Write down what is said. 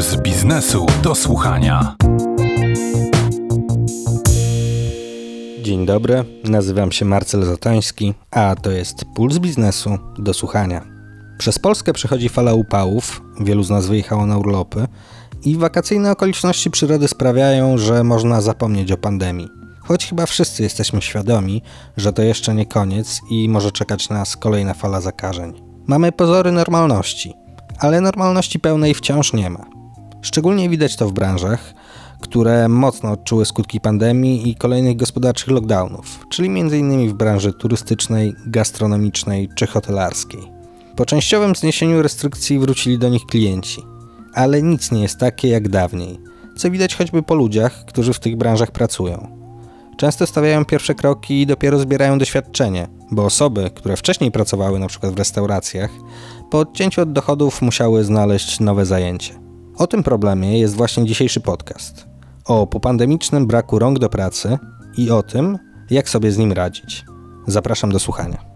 Puls biznesu do słuchania. Dzień dobry, nazywam się Marcel Zatoński, a to jest Puls biznesu do słuchania. Przez Polskę przechodzi fala upałów, wielu z nas wyjechało na urlopy i wakacyjne okoliczności przyrody sprawiają, że można zapomnieć o pandemii. Choć chyba wszyscy jesteśmy świadomi, że to jeszcze nie koniec i może czekać nas kolejna fala zakażeń. Mamy pozory normalności, ale normalności pełnej wciąż nie ma. Szczególnie widać to w branżach, które mocno odczuły skutki pandemii i kolejnych gospodarczych lockdownów, czyli m.in. w branży turystycznej, gastronomicznej czy hotelarskiej. Po częściowym zniesieniu restrykcji wrócili do nich klienci, ale nic nie jest takie jak dawniej, co widać choćby po ludziach, którzy w tych branżach pracują. Często stawiają pierwsze kroki i dopiero zbierają doświadczenie, bo osoby, które wcześniej pracowały np. w restauracjach, po odcięciu od dochodów musiały znaleźć nowe zajęcie. O tym problemie jest właśnie dzisiejszy podcast. O popandemicznym braku rąk do pracy i o tym, jak sobie z nim radzić. Zapraszam do słuchania.